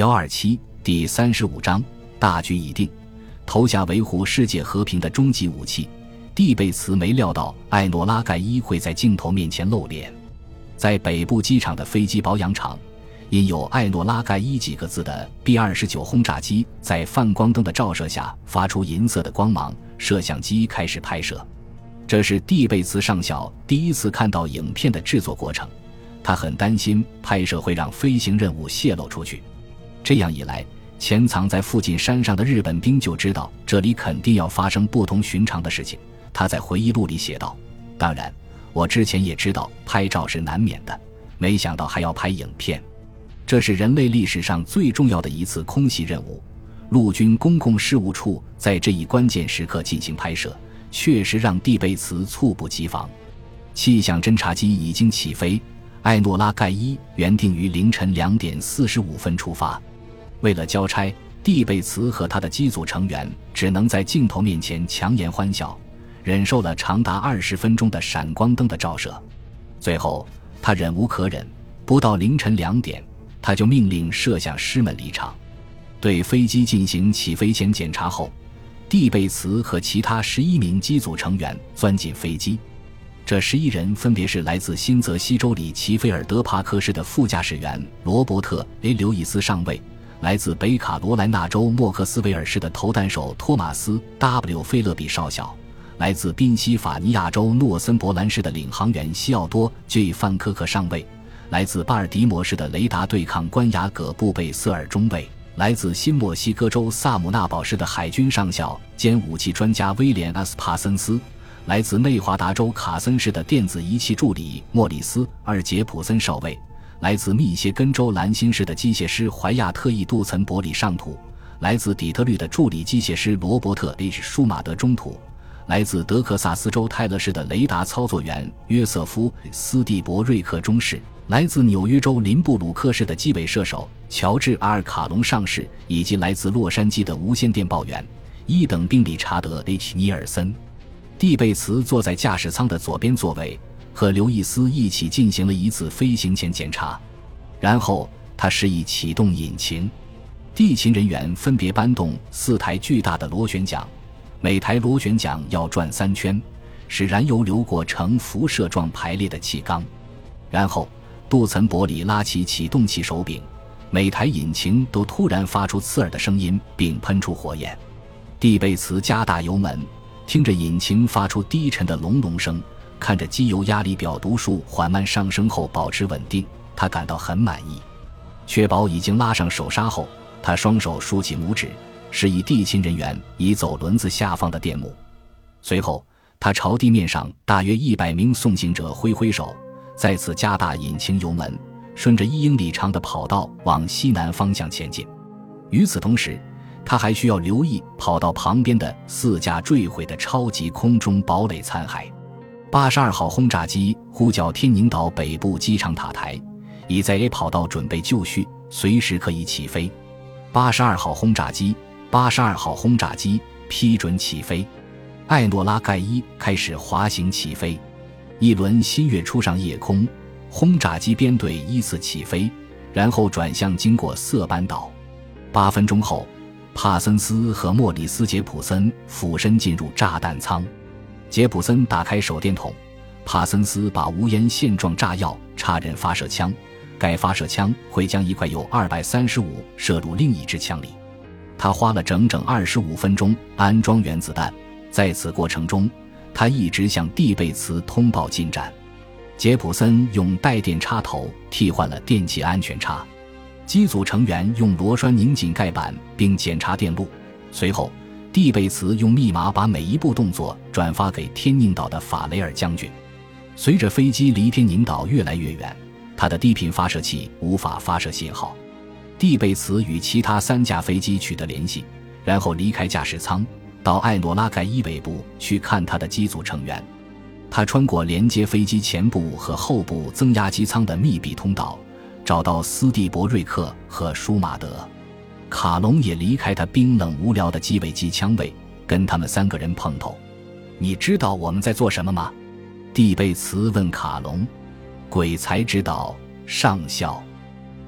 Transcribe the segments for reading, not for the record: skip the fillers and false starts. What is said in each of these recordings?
127第35章大局已定，投下维护世界和平的终极武器。蒂贝茨没料到艾诺拉盖伊会在镜头面前露脸。在北部机场的飞机保养厂，印有艾诺拉盖伊几个字的 B-29 轰炸机在泛光灯的照射下发出银色的光芒，摄像机开始拍摄。这是蒂贝茨上校第一次看到影片的制作过程，他很担心拍摄会让飞行任务泄露出去。这样一来，潜藏在附近山上的日本兵就知道这里肯定要发生不同寻常的事情。他在回忆录里写道，当然我之前也知道拍照是难免的，没想到还要拍影片。这是人类历史上最重要的一次空袭任务，陆军公共事务处在这一关键时刻进行拍摄，确实让蒂贝茨猝不及防。气象侦察机已经起飞，艾诺拉盖伊原定于凌晨2点45分出发。为了交差，蒂贝茨和他的机组成员只能在镜头面前强颜欢笑，忍受了长达20分钟的闪光灯的照射。最后他忍无可忍，不到凌晨2点，他就命令摄像师们离场。对飞机进行起飞前检查后，蒂贝茨和其他11名机组成员钻进飞机。这11人分别是来自新泽西州里奇菲尔德帕克市的副驾驶员罗伯特 ·A· 刘易斯上尉，来自北卡罗来纳州莫克斯维尔市的投弹手托马斯 ·W· 菲勒比少校，来自宾夕法尼亚州诺森伯兰市的领航员西奥多 ·J· 范科克上尉，来自巴尔的摩市的雷达对抗官雅葛布贝瑟尔中尉，来自新墨西哥州萨姆纳堡市的海军上校兼武器专家威廉·阿斯帕森斯，来自内华达州卡森市的电子仪器助理莫里斯·尔杰普森少尉，来自密歇根州兰辛市的机械师怀亚特·杜岑伯里上图，来自底特律的助理机械师罗伯特 ·H· 舒马德中图，来自德克萨斯州泰勒市的雷达操作员约瑟夫·斯蒂伯瑞克中士，来自纽约州林布鲁克市的机尾射手乔治·阿尔卡隆上士，以及来自洛杉矶的无线电报员一等兵理查德 ·H· 尼尔森。蒂贝茨坐在驾驶舱的左边座位，和刘易斯一起进行了一次飞行前检查，然后他示意启动引擎。地勤人员分别搬动4台巨大的螺旋桨，每台螺旋桨要转3圈，使燃油流过呈辐射状排列的气缸。然后杜岑伯里拉起启动器手柄，每台引擎都突然发出刺耳的声音并喷出火焰。蒂贝茨加大油门，听着引擎发出低沉的隆隆声，看着机油压力表读数缓慢上升后保持稳定，他感到很满意。确保已经拉上手刹后，他双手竖起拇指，示意地勤人员移走轮子下方的电幕。随后他朝地面上大约100名送行者挥挥手，再次加大引擎油门，顺着1英里长的跑道往西南方向前进。与此同时，他还需要留意跑道旁边的4架坠毁的超级空中堡垒残骸。82号轰炸机呼叫天宁岛北部机场塔台，已在 A 跑道准备就绪，随时可以起飞。82号轰炸机批准起飞。艾诺拉盖伊开始滑行起飞。一轮新月初上夜空，轰炸机编队依次起飞，然后转向经过色班岛。8分钟后，帕森斯和莫里斯·杰普森俯身进入炸弹舱。杰普森打开手电筒，帕森斯把无烟线状炸药插入发射枪，该发射枪会将一块铀235射入另一支枪里。他花了整整25分钟安装原子弹，在此过程中他一直向蒂贝茨通报进展。杰普森用带电插头替换了电气安全插，机组成员用螺栓拧紧盖板并检查电路。随后蒂贝茨用密码把每一步动作转发给天宁岛的法雷尔将军。随着飞机离天宁岛越来越远，他的低频发射器无法发射信号。蒂贝茨与其他3架飞机取得联系，然后离开驾驶舱，到艾诺拉盖伊尾部去看他的机组成员。他穿过连接飞机前部和后部增压机舱的密闭通道，找到斯蒂伯瑞克和舒马德。卡隆也离开他冰冷无聊的机尾机枪位，跟他们3个人碰头。你知道我们在做什么吗？蒂贝茨问卡隆。鬼才知道，上校。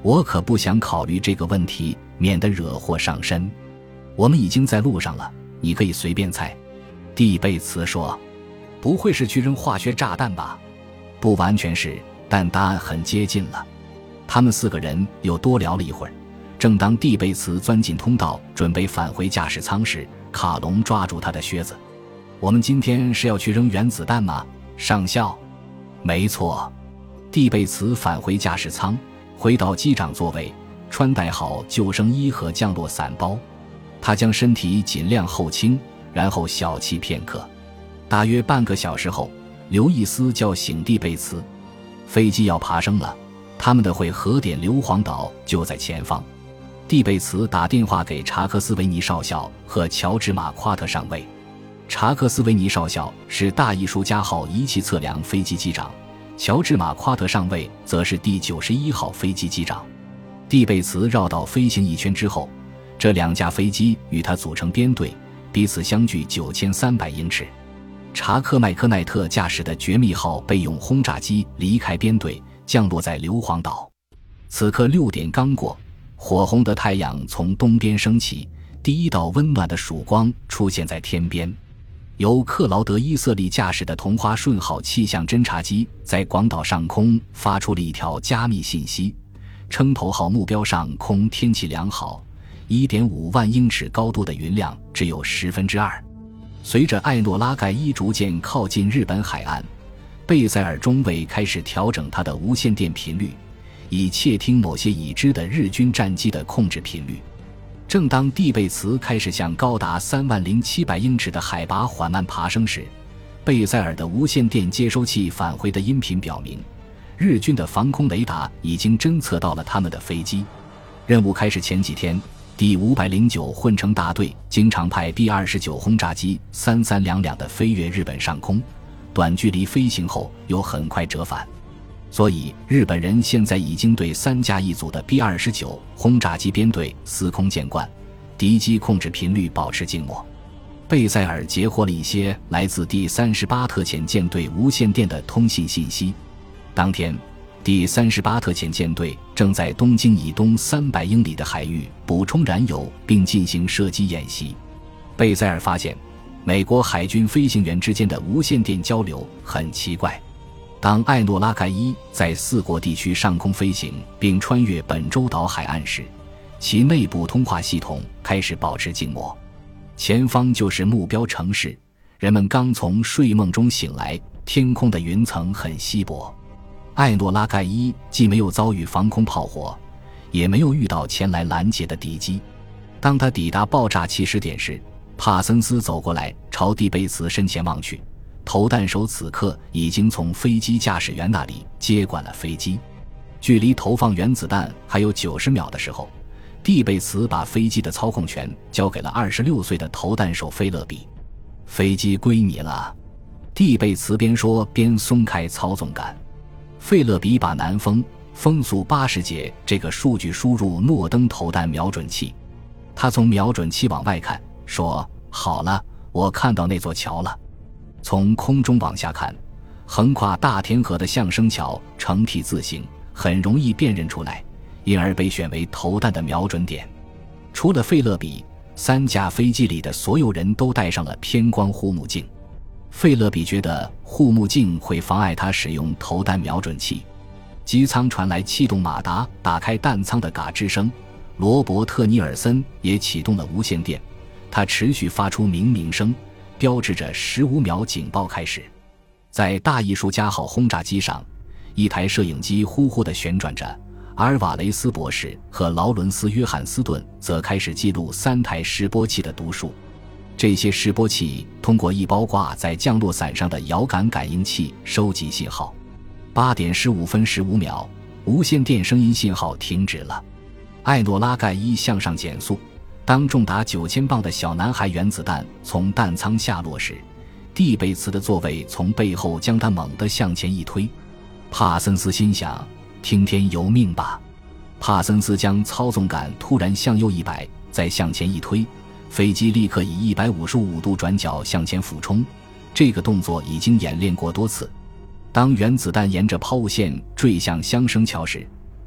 我可不想考虑这个问题，免得惹祸上身。我们已经在路上了，你可以随便猜。蒂贝茨说。不会是去扔化学炸弹吧？不完全是，但答案很接近了。他们4个人又多聊了一会儿。正当蒂贝茨钻进通道准备返回驾驶舱时，卡隆抓住他的靴子。我们今天是要去扔原子弹吗，上校？没错。蒂贝茨返回驾驶舱，回到机长座位，穿戴好救生衣和降落伞包。他将身体尽量后倾，然后小憩片刻。大约半个小时后，刘易斯叫醒蒂贝茨。飞机要爬升了，他们的会合点硫磺岛就在前方。蒂贝茨打电话给查克斯维尼少校和乔治马夸特上尉。查克斯维尼少校是大艺术家号仪器测量飞机机长，乔治马夸特上尉则是第91号飞机机长。蒂贝茨绕道飞行一圈之后，这2架飞机与他组成编队，彼此相距9300英尺。查克麦克奈特驾驶的绝密号备用轰炸机离开编队，降落在硫磺岛。此刻6点刚过，火红的太阳从东边升起，第一道温暖的曙光出现在天边。由克劳德·伊瑟利驾驶的同花顺号气象侦察机在广岛上空发出了一条加密信息，称头号目标上空天气良好， 1.5 万英尺高度的云量只有2/10。随着艾诺拉盖伊逐渐靠近日本海岸，贝塞尔中尉开始调整他的无线电频率，以窃听某些已知的日军战机的控制频率。正当蒂贝茨开始向高达30700英尺的海拔缓慢爬升时，贝塞尔的无线电接收器返回的音频表明，日军的防空雷达已经侦测到了他们的飞机。任务开始前几天，第509混成大队经常派 B-29 轰炸机332两的飞越日本上空，短距离飞行后又很快折返。所以日本人现在已经对3架一组的 B-29 轰炸机编队司空见惯，敌机控制频率保持静默。贝塞尔截获了一些来自第38特遣舰队无线电的通信信息。当天，第38特遣舰队正在东京以东300英里的海域补充燃油并进行射击演习。贝塞尔发现，美国海军飞行员之间的无线电交流很奇怪。当艾诺拉盖伊在4国地区上空飞行并穿越本州岛海岸时，其内部通话系统开始保持静默。前方就是目标城市，人们刚从睡梦中醒来，天空的云层很稀薄。艾诺拉盖伊既没有遭遇防空炮火，也没有遇到前来拦截的敌机。当他抵达爆炸起始点时，帕森斯走过来，朝蒂贝茨身前望去。投弹手此刻已经从飞机驾驶员那里接管了飞机。距离投放原子弹还有90秒的时候，蒂贝茨把飞机的操控权交给了26岁的投弹手菲勒比。飞机归你了，蒂贝茨边说边松开操纵杆。费勒比把南风速80节这个数据输入诺登投弹瞄准器。他从瞄准器往外看，说：好了，我看到那座桥了。从空中往下看，横跨大田河的象声桥呈 T 字形，很容易辨认出来，因而被选为投弹的瞄准点。除了费勒比，3架飞机里的所有人都戴上了偏光护目镜。费勒比觉得护目镜会妨碍他使用投弹瞄准器。机舱传来气动马达打开弹舱的嘎吱声，罗伯特·尼尔森也启动了无线电，他持续发出鸣鸣声，标志着15秒警报开始。在大艺术家号轰炸机上，一台摄影机呼呼地旋转着，阿尔瓦雷斯博士和劳伦斯·约翰斯顿则开始记录3台示波器的读数。这些示波器通过一包挂在降落伞上的遥感感应器收集信号。8点15分15秒，无线电声音信号停止了。艾诺拉盖伊向上减速，当重达9000磅的小男孩原子弹从弹舱下落时，蒂贝茨的座位从背后将他猛地向前一推。帕森斯心想，听天由命吧。帕森斯将操纵杆突然向右100，再向前一推，飞机立刻以155度转角向前俯冲。这个动作已经演练过多次。当原子弹沿着抛物线坠向香声桥时，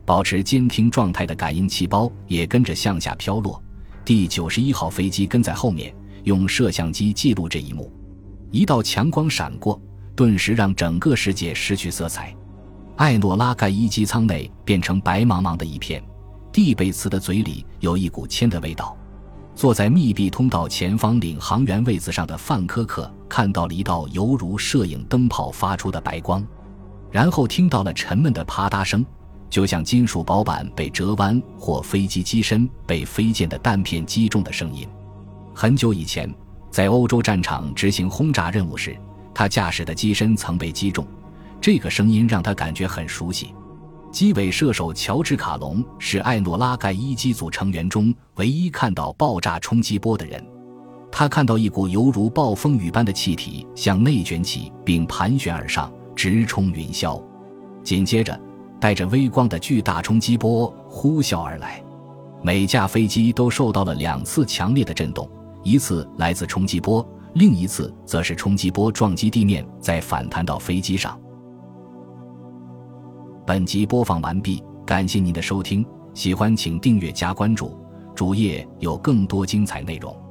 保持监听状态的感应器包也跟着向下飘落。第91号飞机跟在后面，用摄像机记录这一幕。一道强光闪过，顿时让整个世界失去色彩。艾诺拉盖伊机舱内变成白茫茫的一片，蒂贝茨的嘴里有一股铅的味道。坐在密闭通道前方领航员位子上的范科克看到了一道犹如摄影灯泡发出的白光，然后听到了沉闷的啪嗒声，就像金属薄板被折弯或飞机机身被飞溅的弹片击中的声音。很久以前，在欧洲战场执行轰炸任务时，他驾驶的机身曾被击中，这个声音让他感觉很熟悉。机尾射手乔治·卡隆是艾诺拉盖伊机组成员中唯一看到爆炸冲击波的人。他看到一股犹如暴风雨般的气体向内卷起并盘旋而上，直冲云霄。紧接着，带着微光的巨大冲击波呼啸而来。每架飞机都受到了2次强烈的震动，一次来自冲击波，另一次则是冲击波撞击地面再反弹到飞机上。本集播放完毕，感谢您的收听，喜欢请订阅加关注，主页有更多精彩内容。